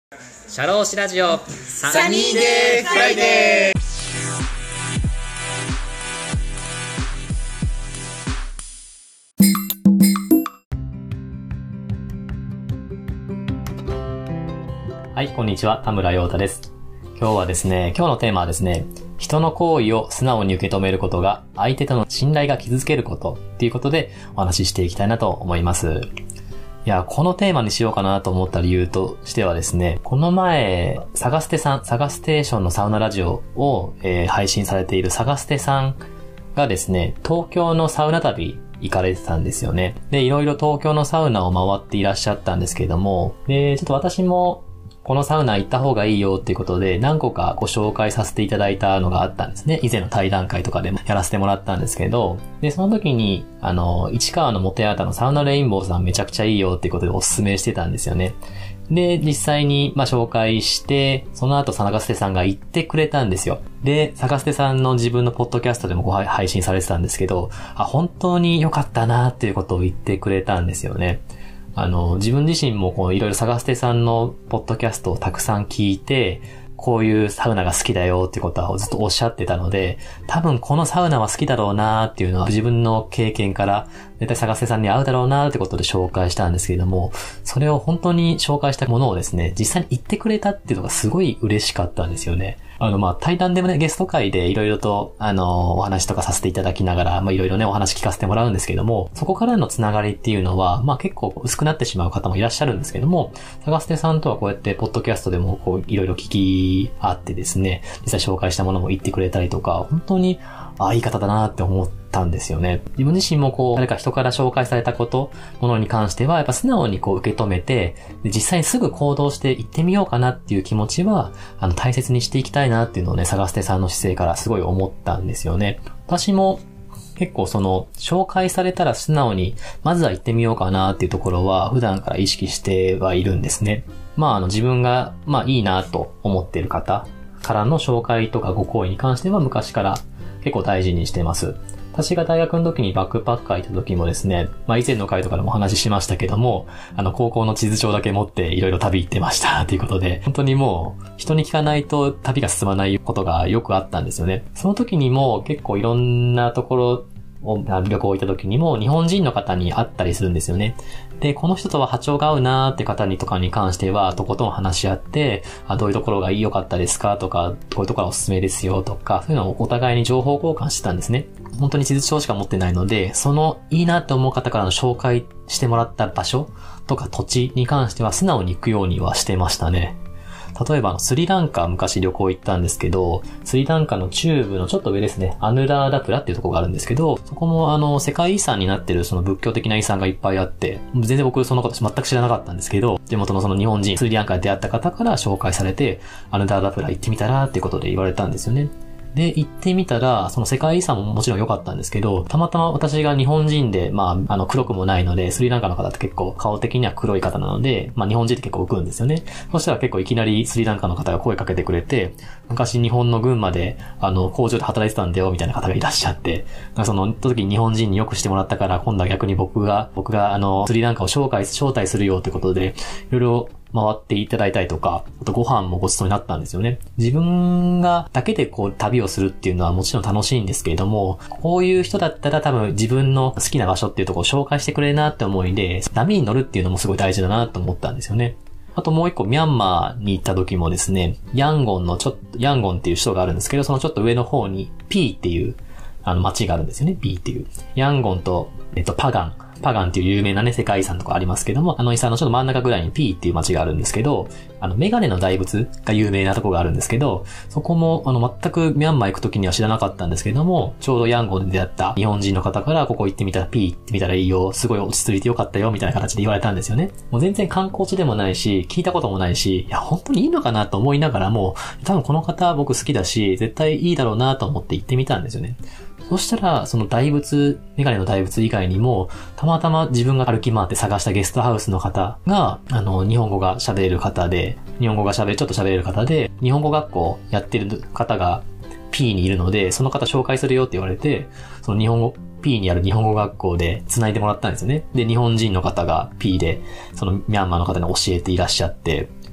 シャローシラジオサニーデーフライデー。 はい、こんにちは、田村陽太です。今日のテーマはですね、人の行為を素直に受け止めることが相手との信頼が傷つけることっていうことでお話ししていきたいなと思います。いや、このテーマにしようかなと思った理由としてはですね、この前、サガステーションのサウナラジオを、配信されているサガステさんがですね、東京のサウナ旅行かれてたんですよね。で、いろいろ東京のサウナを回っていらっしゃったんですけれども、で、ちょっと私もこのサウナ行った方がいいよっていうことで何個かご紹介させていただいたのがあったんですね。以前の対談会とかでもやらせてもらったんですけど、で、その時に、市川の元八幡のサウナレインボーさんめちゃくちゃいいよっていうことでお勧めしてたんですよね。で、実際に、紹介して、その後、サガステさんが言ってくれたんですよ。で、サガステさんの自分のポッドキャストでも配信されてたんですけど、本当に良かったなっていうことを言ってくれたんですよね。自分自身もいろいろサガステさんのポッドキャストをたくさん聞いて、こういうサウナが好きだよっていうことはずっとおっしゃってたので、多分このサウナは好きだろうなっていうのは自分の経験から絶対サガステさんに合うだろうなってことで紹介したんですけれども、それを本当に紹介したものをですね、実際に言ってくれたっていうのがすごい嬉しかったんですよね。対談でもね、ゲスト会でいろいろと、お話とかさせていただきながら、いろいろね、お話聞かせてもらうんですけども、そこからのつながりっていうのは、結構薄くなってしまう方もいらっしゃるんですけども、サガステさんとはこうやって、ポッドキャストでもいろいろ聞き合ってですね、実際紹介したものも言ってくれたりとか、本当に、いい方だなって思ったんですよね。自分自身も誰か人から紹介されたものに関しては、やっぱ素直に受け止めて、で実際にすぐ行動して行ってみようかなっていう気持ちは、大切にしていきたいなっていうのをね、サガステさんの姿勢からすごい思ったんですよね。私も結構紹介されたら素直に、まずは行ってみようかなっていうところは、普段から意識してはいるんですね。自分が、いいなと思っている方からの紹介とかご好意に関しては昔から結構大事にしてます。私が大学の時にバックパッカー行った時もですね、以前の回とかでもお話ししましたけども、高校の地図帳だけ持っていろいろ旅行ってましたということで、本当にもう人に聞かないと旅が進まないことがよくあったんですよね。その時にも結構いろんなところ旅行行った時にも日本人の方に会ったりするんですよね。で、この人とは波長が合うなーって方とかに関しては、とことん話し合って、どういうところが良かったですかとか、こういうところがおすすめですよとか、そういうのをお互いに情報交換してたんですね。本当に地図帳しか持ってないので、いいなって思う方からの紹介してもらった場所とか土地に関しては素直に行くようにはしてましたね。例えばスリランカ昔旅行行ったんですけど、スリランカの中部のちょっと上ですね、アヌラーダプラっていうところがあるんですけど、そこも世界遺産になってる仏教的な遺産がいっぱいあって、全然僕そのこと全く知らなかったんですけど、地元の日本人、スリランカで出会った方から紹介されて、アヌラーダプラ行ってみたらっていうことで言われたんですよね。で、行ってみたら、世界遺産ももちろん良かったんですけど、たまたま私が日本人で、黒くもないので、スリランカの方って結構顔的には黒い方なので、日本人って結構浮くんですよね。そしたら結構いきなりスリランカの方が声かけてくれて、昔日本の群馬で、工場で働いてたんだよ、みたいな方がいらっしゃって、その時に日本人によくしてもらったから、今度は逆に僕がスリランカを招待するよってことで、いろいろ回っていただいたりとか、あとご飯もごちそうになったんですよね。自分がだけで旅をするっていうのはもちろん楽しいんですけれども、こういう人だったら多分自分の好きな場所っていうところを紹介してくれるなって思いで、波に乗るっていうのもすごい大事だなと思ったんですよね。あともう一個ミャンマーに行った時もですね、ヤンゴンっていう首都があるんですけど、そのちょっと上の方にピーっていう町があるんですよね。ピーっていう。ヤンゴンとパガンっていう有名なね、世界遺産とかありますけども、遺産のちょっと真ん中ぐらいにピーっていう街があるんですけど、メガネの大仏が有名なとこがあるんですけど、そこも、全くミャンマー行くときには知らなかったんですけども、ちょうどヤンゴンで出会った日本人の方から、ここ行ってみたら、ピー行ってみたらいいよ、すごい落ち着いてよかったよ、みたいな形で言われたんですよね。もう全然観光地でもないし、聞いたこともないし、いや、本当にいいのかなと思いながらも、多分この方僕好きだし、絶対いいだろうなと思って行ってみたんですよね。そしたら、メガネの大仏以外にも、たまたま自分が歩き回って探したゲストハウスの方が、日本語が喋れる方で、ちょっと喋れる方で、日本語学校やってる方が P にいるので、その方紹介するよって言われて、P にある日本語学校で繋いでもらったんですよね。で、日本人の方が P で、ミャンマーの方に教えていらっしゃって、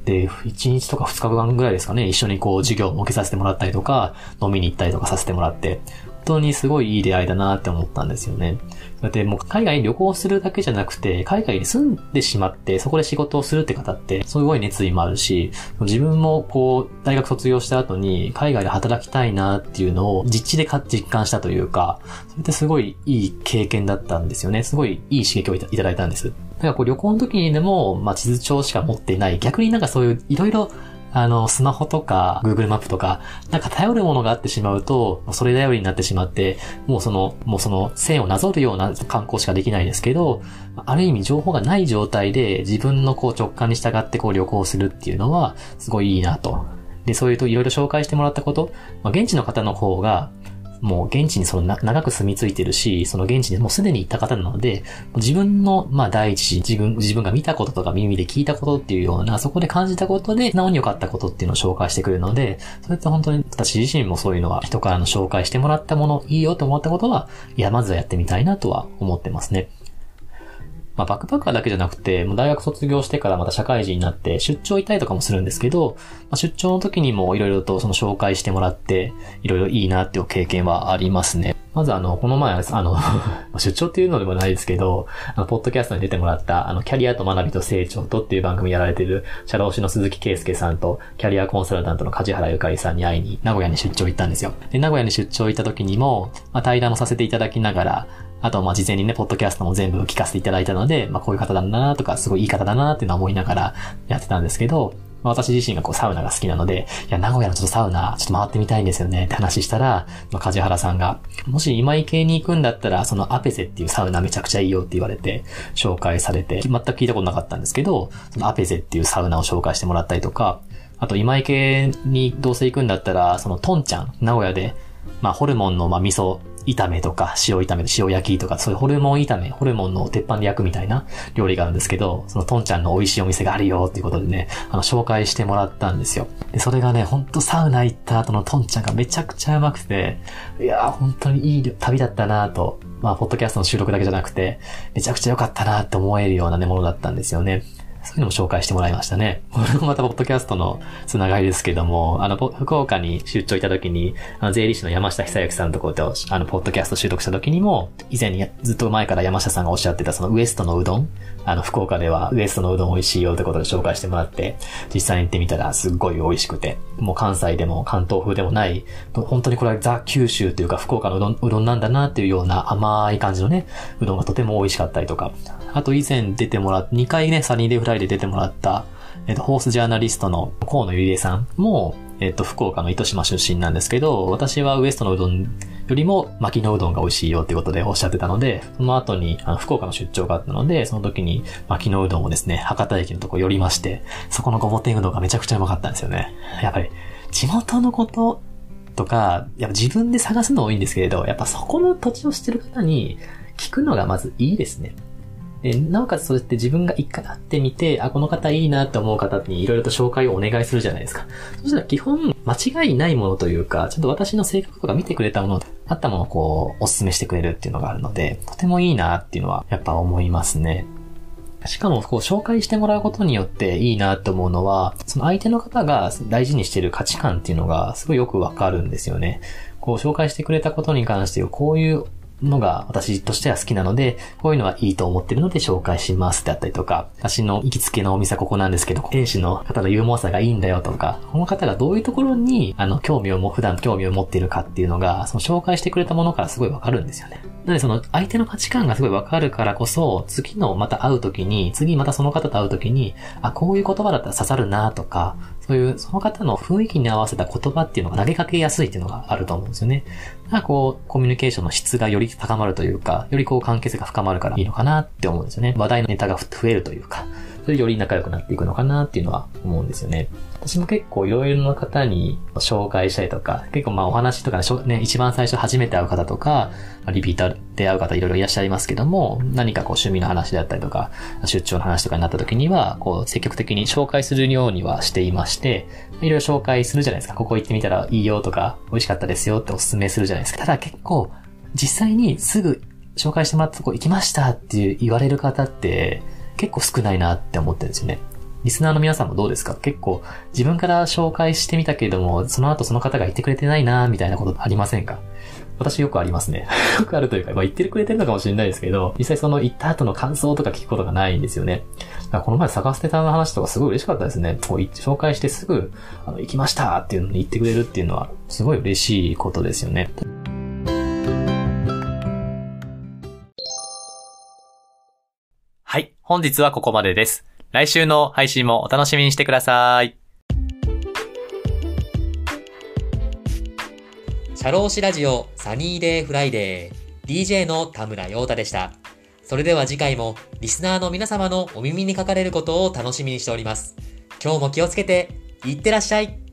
で、1日とか2日間ぐらいですかね、一緒にこう授業を受けさせてもらったりとか、飲みに行ったりとかさせてもらって、本当にすごいいい出会いだなって思ったんですよね。だってもう海外に旅行するだけじゃなくて、海外に住んでしまって、そこで仕事をするって方って、すごい熱意もあるし、自分もこう、大学卒業した後に海外で働きたいなっていうのを実地で実感したというか、それってすごいいい経験だったんですよね。すごいいい刺激をいただいたんです。だからこう旅行の時にでも、地図帳しか持っていない、逆になんかそういういろいろスマホとか Google マップとか、なんか頼るものがあってしまうと、それ頼りになってしまって、もうその線をなぞるような観光しかできないですけど、ある意味情報がない状態で自分のこう直感に従ってこう旅行するっていうのは、すごいいいなと。で、そういうといろいろ紹介してもらったこと、現地の方の方が、もう現地に長く住み着いてるし、その現地にもうすでに行った方なので、自分の第一自分が見たこととか耳で聞いたことっていうような、そこで感じたことで、素直に良かったことっていうのを紹介してくれるので、それって本当に私自身もそういうのは人からの紹介してもらったもの、いいよと思ったことは、まずはやってみたいなとは思ってますね。バックパッカーだけじゃなくて、もう大学卒業してからまた社会人になって出張行ったりとかもするんですけど、出張の時にもいろいろとその紹介してもらって、いろいろいいなっていう経験はありますね。まずこの前、出張っていうのでもないですけど、ポッドキャストに出てもらった、キャリアと学びと成長とっていう番組やられている、社労士の鈴木圭介さんと、キャリアコンサルタントの梶原ゆかりさんに会いに、名古屋に出張行ったんですよ。で、名古屋に出張行った時にも、対談もさせていただきながら、あと、事前にね、ポッドキャストも全部聞かせていただいたので、こういう方だなとか、すごいいい方だなっていうのは思いながらやってたんですけど、私自身がこうサウナが好きなので、名古屋のちょっとサウナ、ちょっと回ってみたいんですよねって話したら、梶原さんが、もし今池に行くんだったら、そのアペゼっていうサウナめちゃくちゃいいよって言われて、紹介されて、全く聞いたことなかったんですけど、そのアペゼっていうサウナを紹介してもらったりとか、あと今池にどうせ行くんだったら、そのトンちゃん、名古屋で、ホルモンの味噌、炒めとか、塩炒め、塩焼きとか、そういうホルモン炒め、ホルモンの鉄板で焼くみたいな料理があるんですけど、そのトンちゃんの美味しいお店があるよっていうことでね、紹介してもらったんですよ。で、それがね、ほんとサウナ行った後のトンちゃんがめちゃくちゃうまくて、いやー、本当にいい旅だったなと、ポッドキャストの収録だけじゃなくて、めちゃくちゃ良かったなって思えるようなね、ものだったんですよね。そういうのも紹介してもらいましたね。これもまたポッドキャストのつながりですけども、福岡に出張行った時に、税理士の山下久之さんとこうやって、ポッドキャスト収録した時にも、以前にずっと前から山下さんがおっしゃってたそのウエストのうどん、福岡ではウエストのうどん美味しいよってことで紹介してもらって、実際に行ってみたらすっごい美味しくて、もう関西でも関東風でもない、本当にこれはザ・九州というか福岡のうどんなんだなっていうような甘い感じのね、うどんがとても美味しかったりとか、あと以前出てもらって、2回ね、サニーデイフライで出てもらった、ホースジャーナリストの河野ゆりえさんも、福岡の糸島出身なんですけど、私はウエストのうどんよりも牧野うどんが美味しいよっていうことでおっしゃってたので、その後に福岡の出張があったので、その時に牧野うどんをですね、博多駅のとこ寄りまして、そこのごぼ天うどんがめちゃくちゃうまかったんですよね。やっぱり、地元のこととか、やっぱ自分で探すのもいいんですけれど、やっぱそこの土地を知ってる方に聞くのがまずいいですね。なおかつそうやって自分が一回会ってみて、この方いいなって思う方にいろいろと紹介をお願いするじゃないですか。そしたら基本間違いないものというか、ちゃんと私の性格とか見てくれたもの、あったものをこう、お勧めしてくれるっていうのがあるので、とてもいいなっていうのはやっぱ思いますね。しかもこう紹介してもらうことによっていいなって思うのは、その相手の方が大事にしている価値観っていうのがすごいよくわかるんですよね。こう紹介してくれたことに関してこういうのが私としては好きなので、こういうのはいいと思ってるので紹介しますってあったりとか、私の行きつけのお店はここなんですけど、店主の方のユーモアさがいいんだよとか、この方がどういうところに普段興味を持っているかっていうのが、その紹介してくれたものからすごいわかるんですよね。なのでその相手の価値観がすごいわかるからこそ、次またその方と会うときに、こういう言葉だったら刺さるなとか、そういうその方の雰囲気に合わせた言葉っていうのが投げかけやすいっていうのがあると思うんですよね。だからこう、コミュニケーションの質がより高まるというか、よりこう関係性が深まるからいいのかなって思うんですよね。話題のネタが増えるというか、それでより仲良くなっていくのかなっていうのは思うんですよね。私も結構いろいろな方に紹介したりとか、結構お話とかね、一番最初初めて会う方とか、リピーターで会う方いろいろいらっしゃいますけども、何かこう趣味の話であったりとか、出張の話とかになった時には、こう積極的に紹介するようにはしていまして、いろいろ紹介するじゃないですか。ここ行ってみたらいいよとか、美味しかったですよってお勧めするじゃないですか。ただ結構、実際にすぐ紹介してもらったとこ行きましたって言われる方って結構少ないなって思ってるんですよね。 リスナーの皆さんもどうですか？結構自分から紹介してみたけれども、その後その方が言ってくれてないなみたいなことありませんか？私よくありますね。よくあるというか、言ってくれてるのかもしれないですけど、実際その言った後の感想とか聞くことがないんですよね。だからこの前探してたの話とかすごい嬉しかったですね。紹介してすぐ、行きましたっていうのに言ってくれるっていうのは、すごい嬉しいことですよね。はい。本日はここまでです。来週の配信もお楽しみにしてください。 社労士ラジオサニーデイフライデー DJ の田村陽太でした。それでは次回もリスナーの皆様のお耳にかかれることを楽しみにしております。今日も気をつけていってらっしゃい。